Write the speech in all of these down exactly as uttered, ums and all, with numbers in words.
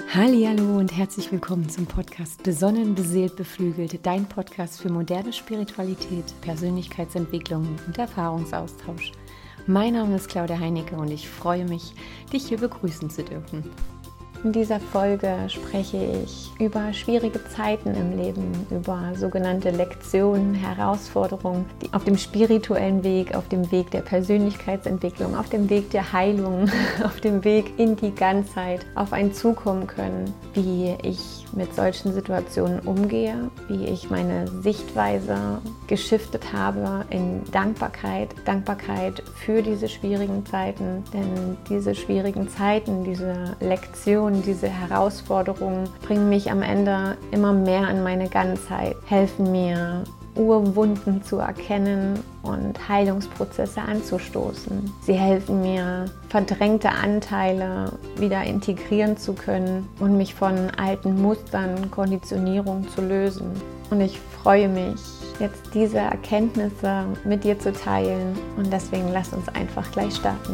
Hallihallo und herzlich willkommen zum Podcast Besonnen, beseelt, beflügelt, dein Podcast für moderne Spiritualität, Persönlichkeitsentwicklung und Erfahrungsaustausch. Mein Name ist Claudia Heinecke und ich freue mich, dich hier begrüßen zu dürfen. In dieser Folge spreche ich über schwierige Zeiten im Leben, über sogenannte Lektionen, Herausforderungen, die auf dem spirituellen Weg, auf dem Weg der Persönlichkeitsentwicklung, auf dem Weg der Heilung, auf dem Weg in die Ganzheit auf einen zukommen können, wie ich mit solchen Situationen umgehe, wie ich meine Sichtweise geschiftet habe in Dankbarkeit, Dankbarkeit für diese schwierigen Zeiten, denn diese schwierigen Zeiten, diese Lektionen, diese Herausforderungen bringen mich am Ende immer mehr an meine Ganzheit, helfen mir, Urwunden zu erkennen und Heilungsprozesse anzustoßen. Sie helfen mir, verdrängte Anteile wieder integrieren zu können und mich von alten Mustern, Konditionierung zu lösen. Und ich freue mich, jetzt diese Erkenntnisse mit dir zu teilen und deswegen lass uns einfach gleich starten.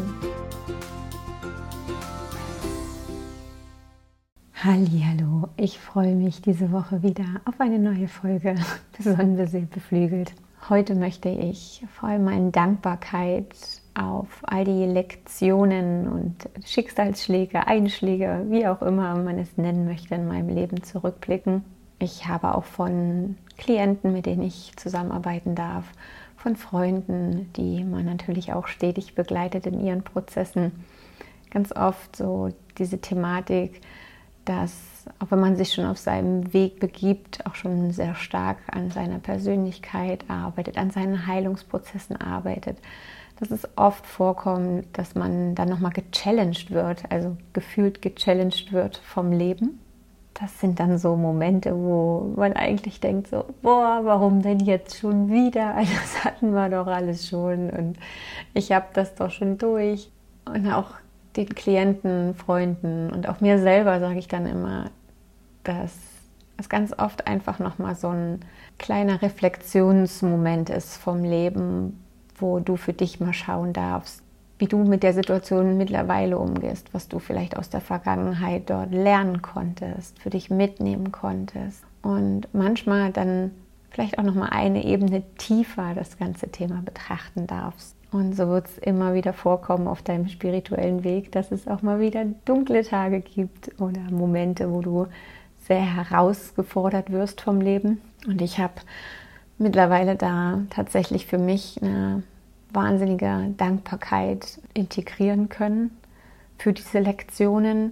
Hallihallo, ich freue mich diese Woche wieder auf eine neue Folge Besonnen, beseelt, beflügelt. Heute möchte ich vor allem in Dankbarkeit auf all die Lektionen und Schicksalsschläge, Einschläge, wie auch immer man es nennen möchte, in meinem Leben zurückblicken. Ich habe auch von Klienten, mit denen ich zusammenarbeiten darf, von Freunden, die man natürlich auch stetig begleitet in ihren Prozessen, ganz oft so diese Thematik, dass, auch wenn man sich schon auf seinem Weg begibt, auch schon sehr stark an seiner Persönlichkeit arbeitet, an seinen Heilungsprozessen arbeitet, dass es oft vorkommt, dass man dann nochmal gechallenged wird, also gefühlt gechallenged wird vom Leben. Das sind dann so Momente, wo man eigentlich denkt so, boah, warum denn jetzt schon wieder? Also das hatten wir doch alles schon und ich habe das doch schon durch. Und auch den Klienten, Freunden und auch mir selber sage ich dann immer, dass es ganz oft einfach nochmal so ein kleiner Reflexionsmoment ist vom Leben, wo du für dich mal schauen darfst, wie du mit der Situation mittlerweile umgehst, was du vielleicht aus der Vergangenheit dort lernen konntest, für dich mitnehmen konntest und manchmal dann vielleicht auch nochmal eine Ebene tiefer das ganze Thema betrachten darfst. Und so wird es immer wieder vorkommen auf deinem spirituellen Weg, dass es auch mal wieder dunkle Tage gibt oder Momente, wo du sehr herausgefordert wirst vom Leben. Und ich habe mittlerweile da tatsächlich für mich eine wahnsinnige Dankbarkeit integrieren können für diese Lektionen,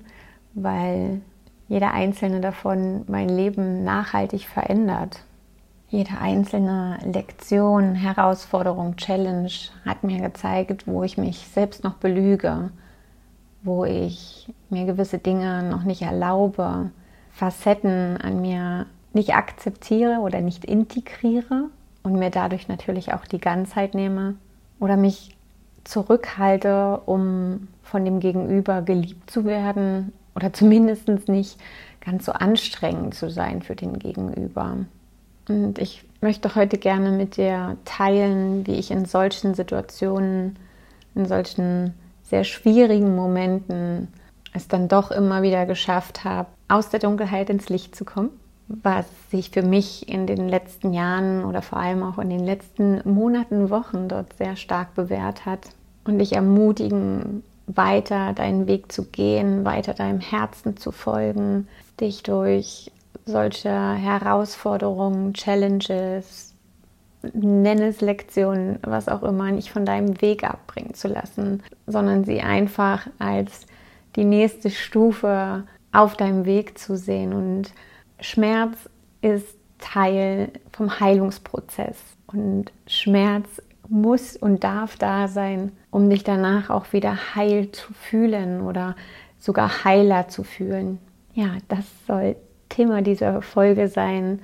weil jeder einzelne davon mein Leben nachhaltig verändert. Jede einzelne Lektion, Herausforderung, Challenge hat mir gezeigt, wo ich mich selbst noch belüge, wo ich mir gewisse Dinge noch nicht erlaube, Facetten an mir nicht akzeptiere oder nicht integriere und mir dadurch natürlich auch die Ganzheit nehme oder mich zurückhalte, um von dem Gegenüber geliebt zu werden oder zumindest nicht ganz so anstrengend zu sein für den Gegenüber. Und ich möchte heute gerne mit dir teilen, wie ich in solchen Situationen, in solchen sehr schwierigen Momenten es dann doch immer wieder geschafft habe, aus der Dunkelheit ins Licht zu kommen, was sich für mich in den letzten Jahren oder vor allem auch in den letzten Monaten, Wochen dort sehr stark bewährt hat. Und dich ermutigen, weiter deinen Weg zu gehen, weiter deinem Herzen zu folgen, dich durch solche Herausforderungen, Challenges, nenn es Lektionen, was auch immer, nicht von deinem Weg abbringen zu lassen, sondern sie einfach als die nächste Stufe auf deinem Weg zu sehen. Und Schmerz ist Teil vom Heilungsprozess und Schmerz muss und darf da sein, um dich danach auch wieder heil zu fühlen oder sogar heiler zu fühlen. Ja, das soll Thema dieser Folge sein.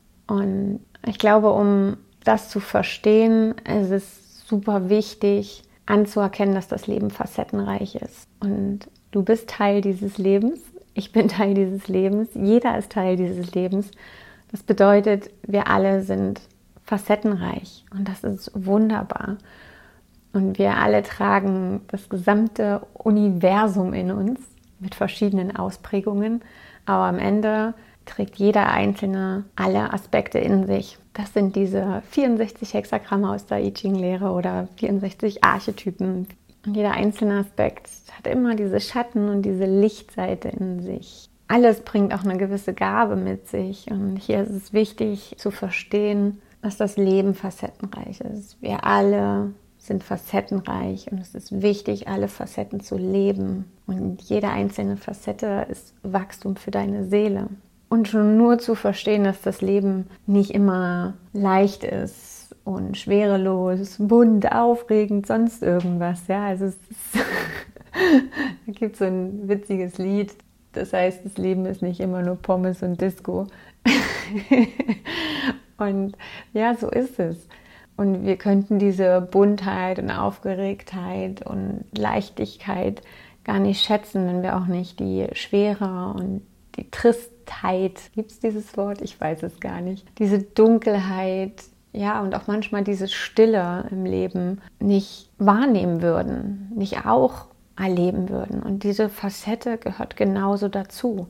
Und ich glaube, um das zu verstehen, ist es super wichtig anzuerkennen, dass das Leben facettenreich ist. Und du bist Teil dieses Lebens, ich bin Teil dieses Lebens, jeder ist Teil dieses Lebens. Das bedeutet, wir alle sind facettenreich und das ist wunderbar. Und wir alle tragen das gesamte Universum in uns mit verschiedenen Ausprägungen. Aber am Ende trägt jeder Einzelne alle Aspekte in sich. Das sind diese vierundsechzig Hexagramme aus der I Ching-Lehre oder vierundsechzig Archetypen. Und jeder einzelne Aspekt hat immer diese Schatten und diese Lichtseite in sich. Alles bringt auch eine gewisse Gabe mit sich. Und hier ist es wichtig zu verstehen, dass das Leben facettenreich ist. Wir alle sind facettenreich und es ist wichtig, alle Facetten zu leben. Und jede einzelne Facette ist Wachstum für deine Seele. Und schon nur zu verstehen, dass das Leben nicht immer leicht ist und schwerelos, bunt, aufregend, sonst irgendwas. Ja, also es ist da gibt es so ein witziges Lied, das heißt, das Leben ist nicht immer nur Pommes und Disco. Und ja, so ist es. Und wir könnten diese Buntheit und Aufgeregtheit und Leichtigkeit gar nicht schätzen, wenn wir auch nicht die Schwere und die Tristheit, gibt es dieses Wort? Ich weiß es gar nicht. Diese Dunkelheit, ja, und auch manchmal diese Stille im Leben nicht wahrnehmen würden, nicht auch erleben würden. Und diese Facette gehört genauso dazu.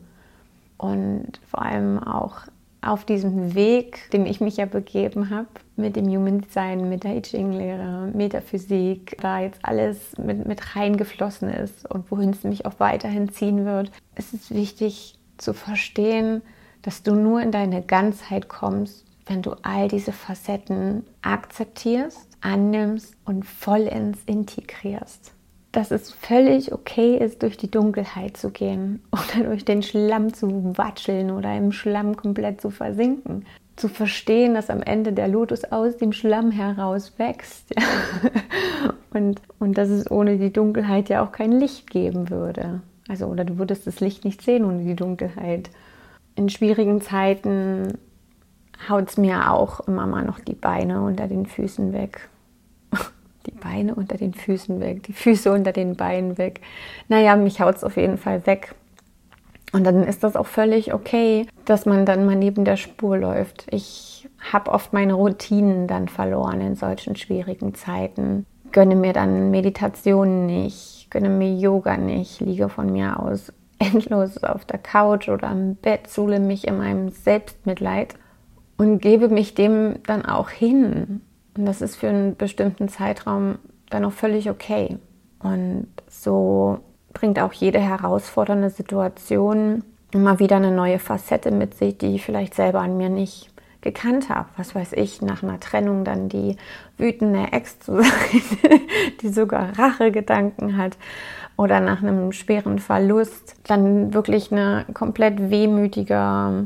Und vor allem auch auf diesem Weg, den ich mich ja begeben habe, mit dem Human Design, mit der I Ching-Lehre, Metaphysik, da jetzt alles mit, mit reingeflossen ist und wohin es mich auch weiterhin ziehen wird, ist es wichtig zu verstehen, dass du nur in deine Ganzheit kommst, wenn du all diese Facetten akzeptierst, annimmst und vollends integrierst. Dass es völlig okay ist, durch die Dunkelheit zu gehen oder durch den Schlamm zu watscheln oder im Schlamm komplett zu versinken. Zu verstehen, dass am Ende der Lotus aus dem Schlamm heraus wächst. Ja. Und, und dass es ohne die Dunkelheit ja auch kein Licht geben würde. Also, oder du würdest das Licht nicht sehen ohne die Dunkelheit. In schwierigen Zeiten haut es mir auch immer mal noch die Beine unter den Füßen weg. Die Beine unter den Füßen weg, die Füße unter den Beinen weg. Naja, mich haut es auf jeden Fall weg. Und dann ist das auch völlig okay, dass man dann mal neben der Spur läuft. Ich habe oft meine Routinen dann verloren in solchen schwierigen Zeiten. Gönne mir dann Meditationen nicht, gönne mir Yoga nicht, liege von mir aus endlos auf der Couch oder am Bett, suhle mich in meinem Selbstmitleid und gebe mich dem dann auch hin. Und das ist für einen bestimmten Zeitraum dann auch völlig okay. Und so bringt auch jede herausfordernde Situation immer wieder eine neue Facette mit sich, die ich vielleicht selber an mir nicht gekannt habe. Was weiß ich, nach einer Trennung dann die wütende Ex zu sein, die sogar Rachegedanken hat. Oder nach einem schweren Verlust dann wirklich eine komplett wehmütige,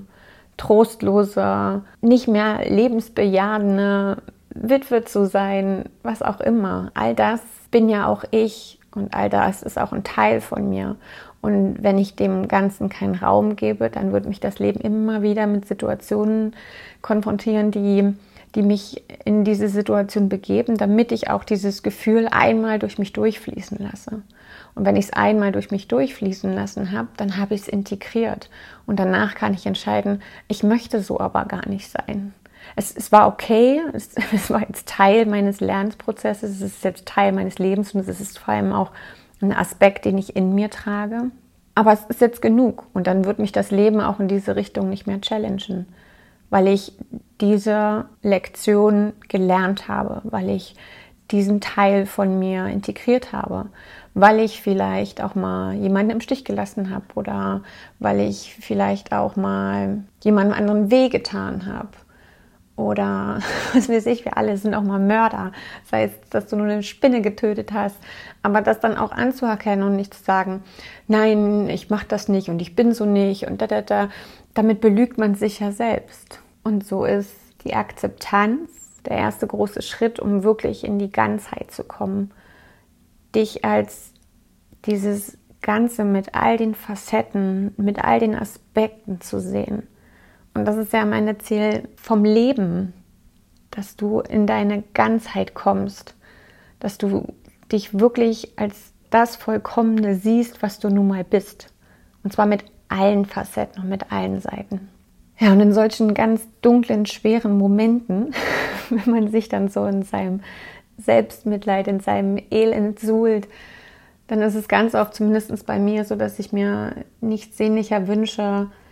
trostlose, nicht mehr lebensbejahende Witwe zu sein, was auch immer. All das bin ja auch ich und all das ist auch ein Teil von mir. Und wenn ich dem Ganzen keinen Raum gebe, dann wird mich das Leben immer wieder mit Situationen konfrontieren, die, die mich in diese Situation begeben, damit ich auch dieses Gefühl einmal durch mich durchfließen lasse. Und wenn ich es einmal durch mich durchfließen lassen habe, dann habe ich es integriert. Und danach kann ich entscheiden, ich möchte so aber gar nicht sein. Es, es war okay, es, es war jetzt Teil meines Lernprozesses, es ist jetzt Teil meines Lebens und es ist vor allem auch ein Aspekt, den ich in mir trage. Aber es ist jetzt genug und dann wird mich das Leben auch in diese Richtung nicht mehr challengen, weil ich diese Lektion gelernt habe, weil ich diesen Teil von mir integriert habe, weil ich vielleicht auch mal jemanden im Stich gelassen habe oder weil ich vielleicht auch mal jemandem anderen wehgetan habe. Oder, was weiß ich, wir alle sind auch mal Mörder. Sei es, dass du nur eine Spinne getötet hast. Aber das dann auch anzuerkennen und nicht zu sagen, nein, ich mache das nicht und ich bin so nicht und da, da, da. Damit belügt man sich ja selbst. Und so ist die Akzeptanz der erste große Schritt, um wirklich in die Ganzheit zu kommen. Dich als dieses Ganze mit all den Facetten, mit all den Aspekten zu sehen. Und das ist ja mein Ziel vom Leben, dass du in deine Ganzheit kommst, dass du dich wirklich als das Vollkommene siehst, was du nun mal bist. Und zwar mit allen Facetten und mit allen Seiten. Ja, und in solchen ganz dunklen, schweren Momenten, wenn man sich dann so in seinem Selbstmitleid, in seinem Elend suhlt, dann ist es ganz oft, zumindest bei mir, so, dass ich mir nichts sehnlicher wünsche,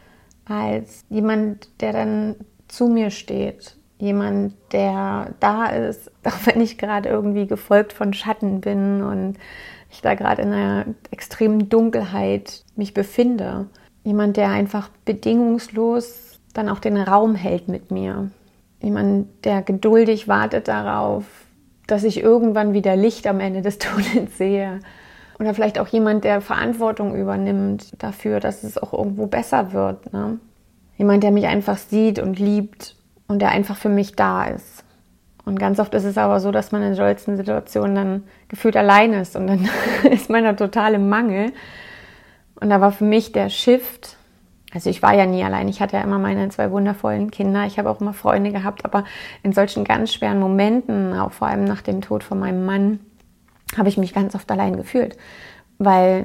als jemand, der dann zu mir steht. Jemand, der da ist, auch wenn ich gerade irgendwie gefolgt von Schatten bin und ich da gerade in einer extremen Dunkelheit mich befinde. Jemand, der einfach bedingungslos dann auch den Raum hält mit mir. Jemand, der geduldig wartet darauf, dass ich irgendwann wieder Licht am Ende des Tunnels sehe. Oder vielleicht auch jemand, der Verantwortung übernimmt dafür, dass es auch irgendwo besser wird. Ne? Jemand, der mich einfach sieht und liebt und der einfach für mich da ist. Und ganz oft ist es aber so, dass man in solchen Situationen dann gefühlt allein ist und dann ist man da total im Mangel. Und da war für mich der Shift, also ich war ja nie allein, ich hatte ja immer meine zwei wundervollen Kinder, ich habe auch immer Freunde gehabt, aber in solchen ganz schweren Momenten, auch vor allem nach dem Tod von meinem Mann, habe ich mich ganz oft allein gefühlt, weil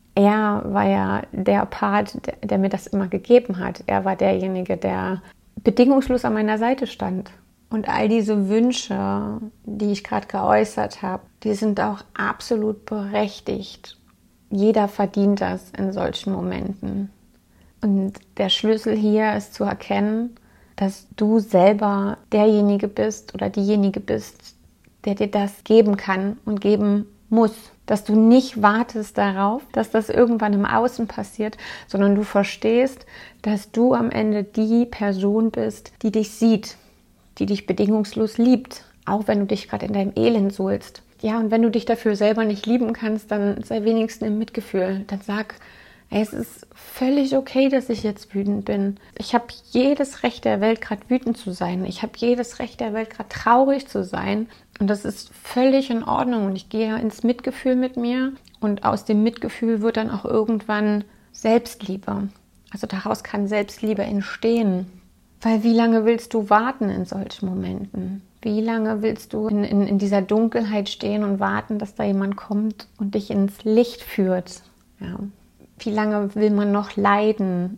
er war ja der Part, der, der mir das immer gegeben hat. Er war derjenige, der bedingungslos an meiner Seite stand. Und all diese Wünsche, die ich gerade geäußert habe, die sind auch absolut berechtigt. Jeder verdient das in solchen Momenten. Und der Schlüssel hier ist zu erkennen, dass du selber derjenige bist oder diejenige bist, der dir das geben kann und geben muss. Dass du nicht wartest darauf, dass das irgendwann im Außen passiert, sondern du verstehst, dass du am Ende die Person bist, die dich sieht, die dich bedingungslos liebt, auch wenn du dich gerade in deinem Elend suhlst. Ja, und wenn du dich dafür selber nicht lieben kannst, dann sei wenigstens im Mitgefühl. Dann sag, ey, es ist völlig okay, dass ich jetzt wütend bin. Ich habe jedes Recht der Welt, gerade wütend zu sein. Ich habe jedes Recht der Welt, gerade traurig zu sein. Und das ist völlig in Ordnung. Und ich gehe ins Mitgefühl mit mir. Und aus dem Mitgefühl wird dann auch irgendwann Selbstliebe. Also daraus kann Selbstliebe entstehen. Weil wie lange willst du warten in solchen Momenten? Wie lange willst du in, in, in dieser Dunkelheit stehen und warten, dass da jemand kommt und dich ins Licht führt? Ja. Wie lange will man noch leiden?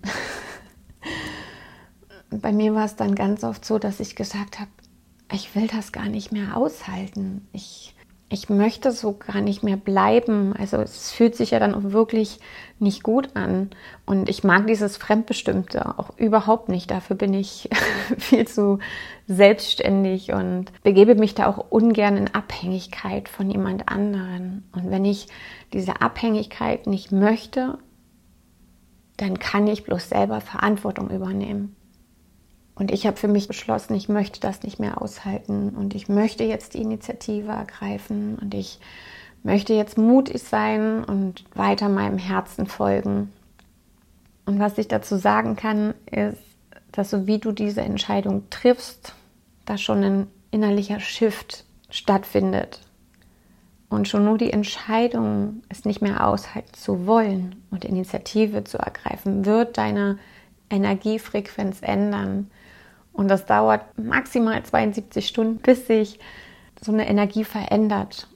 Bei mir war es dann ganz oft so, dass ich gesagt habe, ich will das gar nicht mehr aushalten. Ich, ich möchte so gar nicht mehr bleiben. Also es fühlt sich ja dann auch wirklich nicht gut an. Und ich mag dieses Fremdbestimmte auch überhaupt nicht. Dafür bin ich viel zu selbstständig und begebe mich da auch ungern in Abhängigkeit von jemand anderen. Und wenn ich diese Abhängigkeit nicht möchte, dann kann ich bloß selber Verantwortung übernehmen. Und ich habe für mich beschlossen, ich möchte das nicht mehr aushalten und ich möchte jetzt die Initiative ergreifen und ich möchte jetzt mutig sein und weiter meinem Herzen folgen. Und was ich dazu sagen kann, ist, dass so wie du diese Entscheidung triffst, da schon ein innerlicher Shift stattfindet. Und schon nur die Entscheidung, es nicht mehr aushalten zu wollen und Initiative zu ergreifen, wird deine Energiefrequenz ändern. Und das dauert maximal zweiundsiebzig Stunden, bis sich so eine Energie verändert.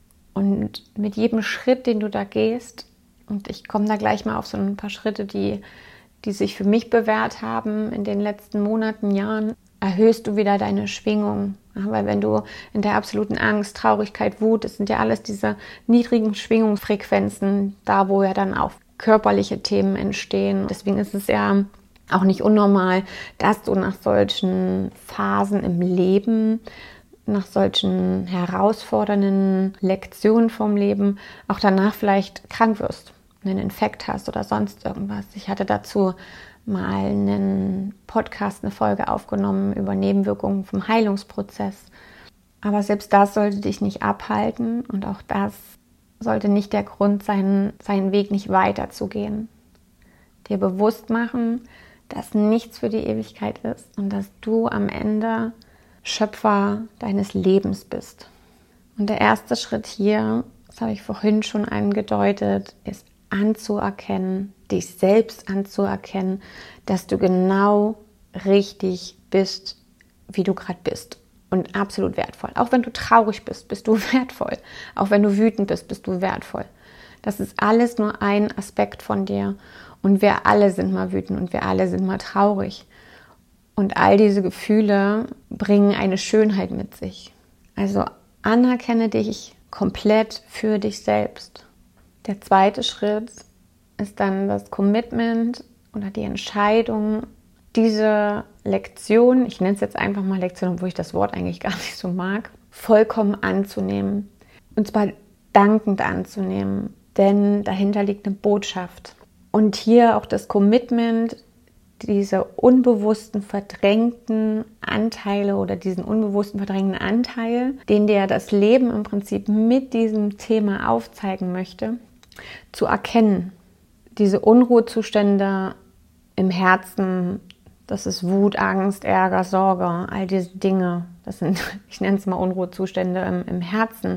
Und mit jedem Schritt, den du da gehst, und ich komme da gleich mal auf so ein paar Schritte, die, die sich für mich bewährt haben in den letzten Monaten, Jahren, erhöhst du wieder deine Schwingung. Ja, weil wenn du in der absoluten Angst, Traurigkeit, Wut, das sind ja alles diese niedrigen Schwingungsfrequenzen, da wo ja dann auch körperliche Themen entstehen. Deswegen ist es ja auch nicht unnormal, dass du nach solchen Phasen im Leben, nach solchen herausfordernden Lektionen vom Leben auch danach vielleicht krank wirst, einen Infekt hast oder sonst irgendwas. Ich hatte dazu mal einen Podcast, eine Folge aufgenommen über Nebenwirkungen vom Heilungsprozess. Aber selbst das sollte dich nicht abhalten und auch das sollte nicht der Grund sein, seinen Weg nicht weiterzugehen. Dir bewusst machen, dass nichts für die Ewigkeit ist und dass du am Ende Schöpfer deines Lebens bist. Und der erste Schritt hier, das habe ich vorhin schon angedeutet, ist anzuerkennen, dich selbst anzuerkennen, dass du genau richtig bist, wie du gerade bist. Und absolut wertvoll. Auch wenn du traurig bist, bist du wertvoll. Auch wenn du wütend bist, bist du wertvoll. Das ist alles nur ein Aspekt von dir. Und wir alle sind mal wütend und wir alle sind mal traurig. Und all diese Gefühle bringen eine Schönheit mit sich. Also anerkenne dich komplett für dich selbst. Der zweite Schritt ist dann das Commitment, oder die Entscheidung, diese Lektion, ich nenne es jetzt einfach mal Lektion, obwohl ich das Wort eigentlich gar nicht so mag, vollkommen anzunehmen. Und zwar dankend anzunehmen, denn dahinter liegt eine Botschaft. Und hier auch das Commitment, diese unbewussten, verdrängten Anteile oder diesen unbewussten, verdrängten Anteil, den dir das Leben im Prinzip mit diesem Thema aufzeigen möchte, zu erkennen. Diese Unruhezustände im Herzen, das ist Wut, Angst, Ärger, Sorge, all diese Dinge, das sind, ich nenne es mal Unruhezustände im, im Herzen,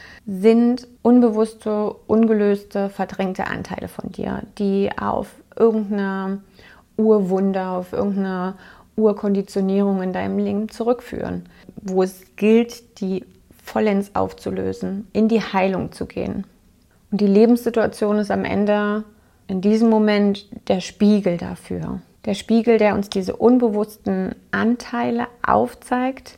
sind unbewusste, ungelöste, verdrängte Anteile von dir, die auf irgendeine Urwunder, auf irgendeine Urkonditionierung in deinem Leben zurückführen, wo es gilt, die vollends aufzulösen, in die Heilung zu gehen. Und die Lebenssituation ist am Ende in diesem Moment der Spiegel dafür. Der Spiegel, der uns diese unbewussten Anteile aufzeigt,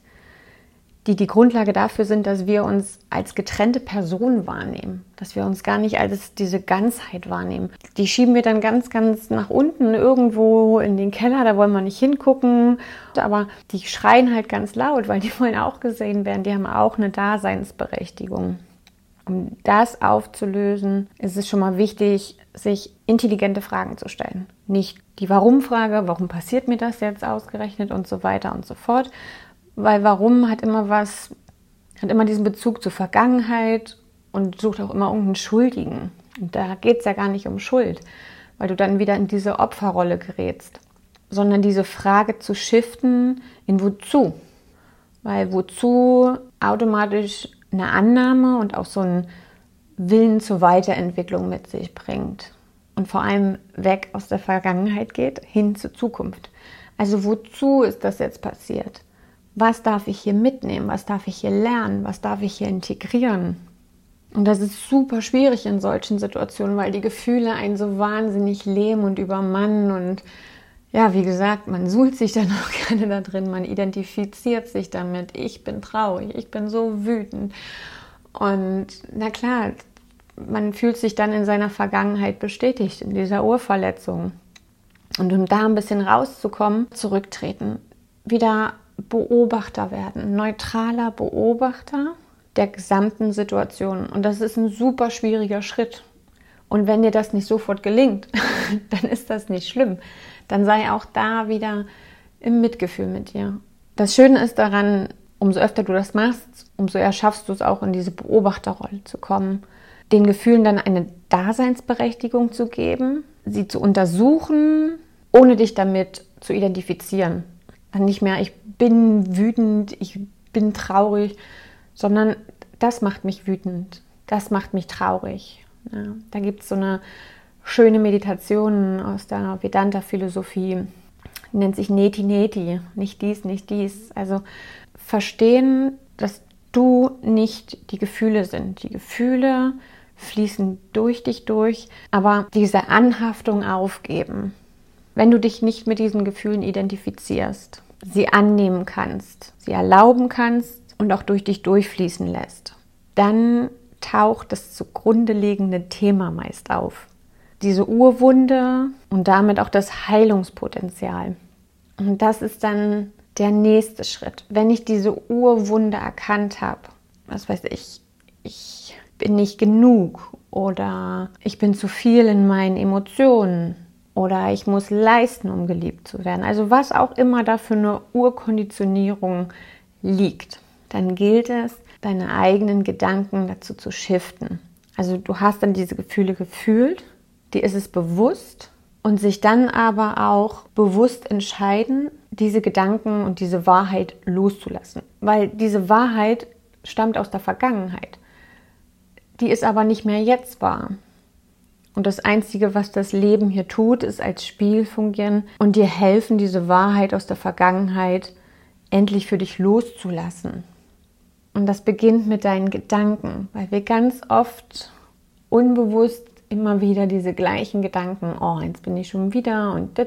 die die Grundlage dafür sind, dass wir uns als getrennte Person wahrnehmen, dass wir uns gar nicht als diese Ganzheit wahrnehmen. Die schieben wir dann ganz, ganz nach unten irgendwo in den Keller, da wollen wir nicht hingucken, aber die schreien halt ganz laut, weil die wollen auch gesehen werden, die haben auch eine Daseinsberechtigung. Um das aufzulösen, ist es schon mal wichtig, sich intelligente Fragen zu stellen. Nicht die Warum-Frage, warum passiert mir das jetzt ausgerechnet und so weiter und so fort, weil Warum hat immer was, hat immer diesen Bezug zur Vergangenheit und sucht auch immer irgendeinen Schuldigen. Und da geht es ja gar nicht um Schuld, weil du dann wieder in diese Opferrolle gerätst, sondern diese Frage zu shiften in Wozu. Weil Wozu automatisch eine Annahme und auch so einen Willen zur Weiterentwicklung mit sich bringt. Und vor allem weg aus der Vergangenheit geht, hin zur Zukunft. Also wozu ist das jetzt passiert? Was darf ich hier mitnehmen? Was darf ich hier lernen? Was darf ich hier integrieren? Und das ist super schwierig in solchen Situationen, weil die Gefühle einen so wahnsinnig lähmen und übermannen. Und ja, wie gesagt, man suhlt sich dann auch gerne da drin, man identifiziert sich damit. Ich bin traurig, ich bin so wütend. Und na klar, man fühlt sich dann in seiner Vergangenheit bestätigt, in dieser Urverletzung. Und um da ein bisschen rauszukommen, zurücktreten, wieder Beobachter werden, neutraler Beobachter der gesamten Situation. Und das ist ein super schwieriger Schritt. Und wenn dir das nicht sofort gelingt, dann ist das nicht schlimm. Dann sei auch da wieder im Mitgefühl mit dir. Das Schöne ist daran, umso öfter du das machst, umso eher schaffst du es auch, in diese Beobachterrolle zu kommen, den Gefühlen dann eine Daseinsberechtigung zu geben, sie zu untersuchen, ohne dich damit zu identifizieren. Dann nicht mehr, ich bin wütend, ich bin traurig, sondern das macht mich wütend, das macht mich traurig. Ja, da gibt es so eine schöne Meditation aus der Vedanta-Philosophie, die nennt sich Neti Neti, nicht dies, nicht dies. Also verstehen, dass du nicht die Gefühle sind. Die Gefühle fließen durch dich durch, aber diese Anhaftung aufgeben. Wenn du dich nicht mit diesen Gefühlen identifizierst, sie annehmen kannst, sie erlauben kannst und auch durch dich durchfließen lässt, dann taucht das zugrunde liegende Thema meist auf. Diese Urwunde und damit auch das Heilungspotenzial. Und das ist dann der nächste Schritt. Wenn ich diese Urwunde erkannt habe, was weiß ich, ich bin nicht genug oder ich bin zu viel in meinen Emotionen oder ich muss leisten, um geliebt zu werden. Also was auch immer da für eine Urkonditionierung liegt, dann gilt es, deine eigenen Gedanken dazu zu shiften. Also du hast dann diese Gefühle gefühlt, dir ist es bewusst und sich dann aber auch bewusst entscheiden, diese Gedanken und diese Wahrheit loszulassen. Weil diese Wahrheit stammt aus der Vergangenheit. Die ist aber nicht mehr jetzt wahr. Und das Einzige, was das Leben hier tut, ist als Spiegel fungieren und dir helfen, diese Wahrheit aus der Vergangenheit endlich für dich loszulassen. Und das beginnt mit deinen Gedanken, weil wir ganz oft unbewusst immer wieder diese gleichen Gedanken, oh, jetzt bin ich schon wieder und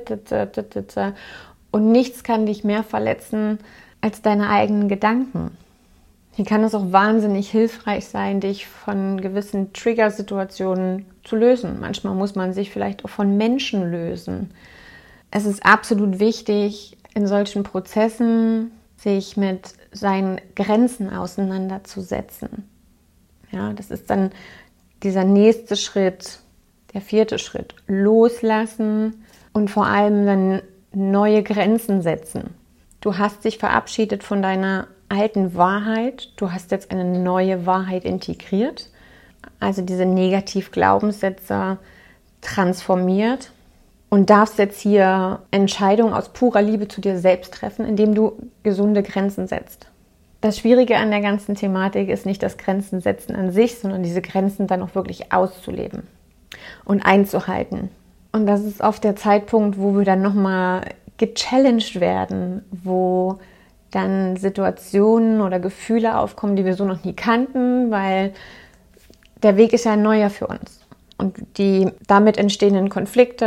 und nichts kann dich mehr verletzen als deine eigenen Gedanken. Hier kann es auch wahnsinnig hilfreich sein, dich von gewissen Trigger-Situationen zu lösen. Manchmal muss man sich vielleicht auch von Menschen lösen. Es ist absolut wichtig, in solchen Prozessen sich mit seinen Grenzen auseinanderzusetzen. Ja, das ist dann dieser nächste Schritt, der vierte Schritt. Loslassen und vor allem dann neue Grenzen setzen. Du hast dich verabschiedet von deiner alten Wahrheit. Du hast jetzt eine neue Wahrheit integriert. Also diese Negativ-Glaubenssätze transformiert. Und darfst jetzt hier Entscheidungen aus purer Liebe zu dir selbst treffen, indem du gesunde Grenzen setzt. Das Schwierige an der ganzen Thematik ist nicht das Grenzen setzen an sich, sondern diese Grenzen dann auch wirklich auszuleben und einzuhalten. Und das ist oft der Zeitpunkt, wo wir dann nochmal gechallenged werden, wo dann Situationen oder Gefühle aufkommen, die wir so noch nie kannten, weil der Weg ist ja ein neuer für uns. Und die damit entstehenden Konflikte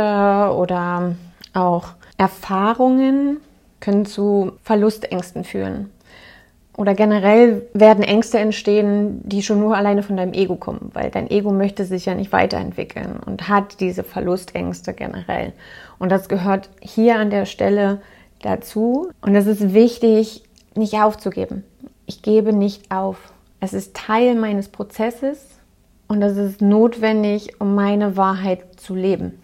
oder auch Erfahrungen können zu Verlustängsten führen. Oder generell werden Ängste entstehen, die schon nur alleine von deinem Ego kommen, weil dein Ego möchte sich ja nicht weiterentwickeln und hat diese Verlustängste generell. Und das gehört hier an der Stelle dazu. Und es ist wichtig, nicht aufzugeben. Ich gebe nicht auf. Es ist Teil meines Prozesses. Und das ist notwendig, um meine Wahrheit zu leben.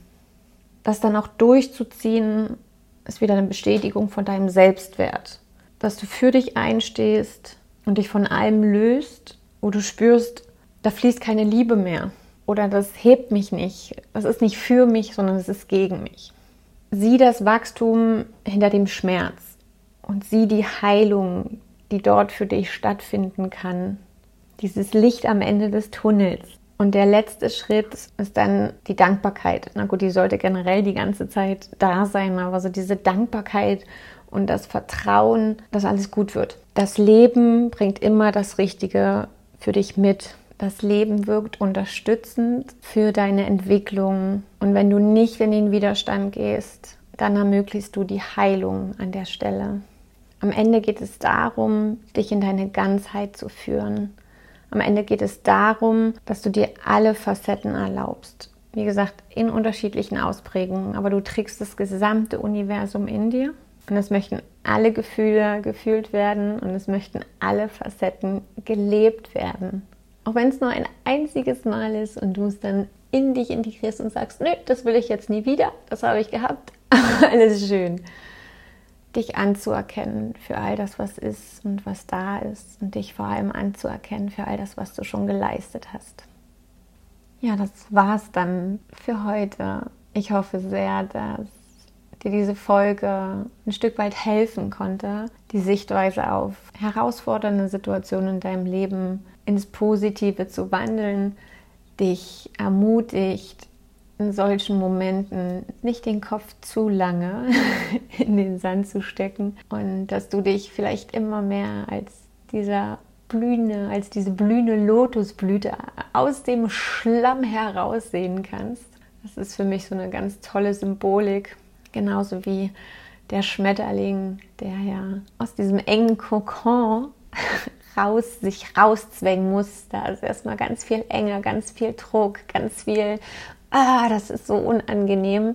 Das dann auch durchzuziehen, ist wieder eine Bestätigung von deinem Selbstwert. Dass du für dich einstehst und dich von allem löst, wo du spürst, da fließt keine Liebe mehr. Oder das hebt mich nicht. Das ist nicht für mich, sondern es ist gegen mich. Sieh das Wachstum hinter dem Schmerz und sieh die Heilung, die dort für dich stattfinden kann. Dieses Licht am Ende des Tunnels. Und der letzte Schritt ist dann die Dankbarkeit. Na gut, die sollte generell die ganze Zeit da sein, aber so diese Dankbarkeit und das Vertrauen, dass alles gut wird. Das Leben bringt immer das Richtige für dich mit. Das Leben wirkt unterstützend für deine Entwicklung. Und wenn du nicht in den Widerstand gehst, dann ermöglichst du die Heilung an der Stelle. Am Ende geht es darum, dich in deine Ganzheit zu führen. Am Ende geht es darum, dass du dir alle Facetten erlaubst. Wie gesagt, in unterschiedlichen Ausprägungen, aber du trägst das gesamte Universum in dir und es möchten alle Gefühle gefühlt werden und es möchten alle Facetten gelebt werden. Auch wenn es nur ein einziges Mal ist und du es dann in dich integrierst und sagst, nö, das will ich jetzt nie wieder, das habe ich gehabt, alles schön. Dich anzuerkennen für all das, was ist und was da ist und dich vor allem anzuerkennen für all das, was du schon geleistet hast. Ja, das war's dann für heute. Ich hoffe sehr, dass dir diese Folge ein Stück weit helfen konnte, die Sichtweise auf herausfordernde Situationen in deinem Leben ins Positive zu wandeln, dich ermutigt, in solchen Momenten nicht den Kopf zu lange in den Sand zu stecken und dass du dich vielleicht immer mehr als dieser blühende, als diese blühende Lotusblüte aus dem Schlamm heraussehen kannst. Das ist für mich so eine ganz tolle Symbolik, genauso wie der Schmetterling, der ja aus diesem engen Kokon raus, sich rauszwängen muss. Da ist erstmal ganz viel Enge, ganz viel Druck, ganz viel Ah, das ist so unangenehm.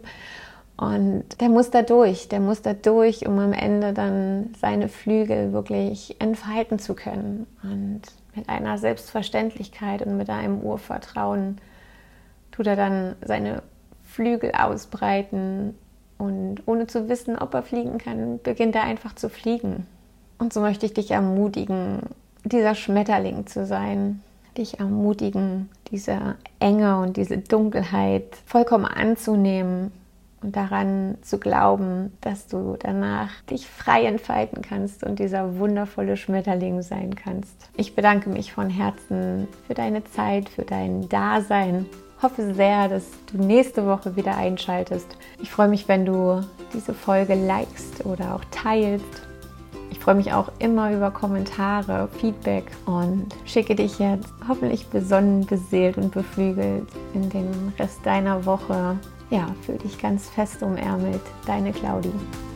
Und der muss da durch, der muss da durch, um am Ende dann seine Flügel wirklich entfalten zu können. Und mit einer Selbstverständlichkeit und mit einem Urvertrauen tut er dann seine Flügel ausbreiten. Und ohne zu wissen, ob er fliegen kann, beginnt er einfach zu fliegen. Und so möchte ich dich ermutigen, dieser Schmetterling zu sein. Dich ermutigen, diese Enge und diese Dunkelheit vollkommen anzunehmen und daran zu glauben, dass du danach dich frei entfalten kannst und dieser wundervolle Schmetterling sein kannst. Ich bedanke mich von Herzen für deine Zeit, für dein Dasein. Ich hoffe sehr, dass du nächste Woche wieder einschaltest. Ich freue mich, wenn du diese Folge likest oder auch teilst. Ich freue mich auch immer über Kommentare, Feedback und schicke dich jetzt hoffentlich besonnen, beseelt und beflügelt in den Rest deiner Woche. Ja, fühl dich ganz fest umärmelt. Deine Claudi.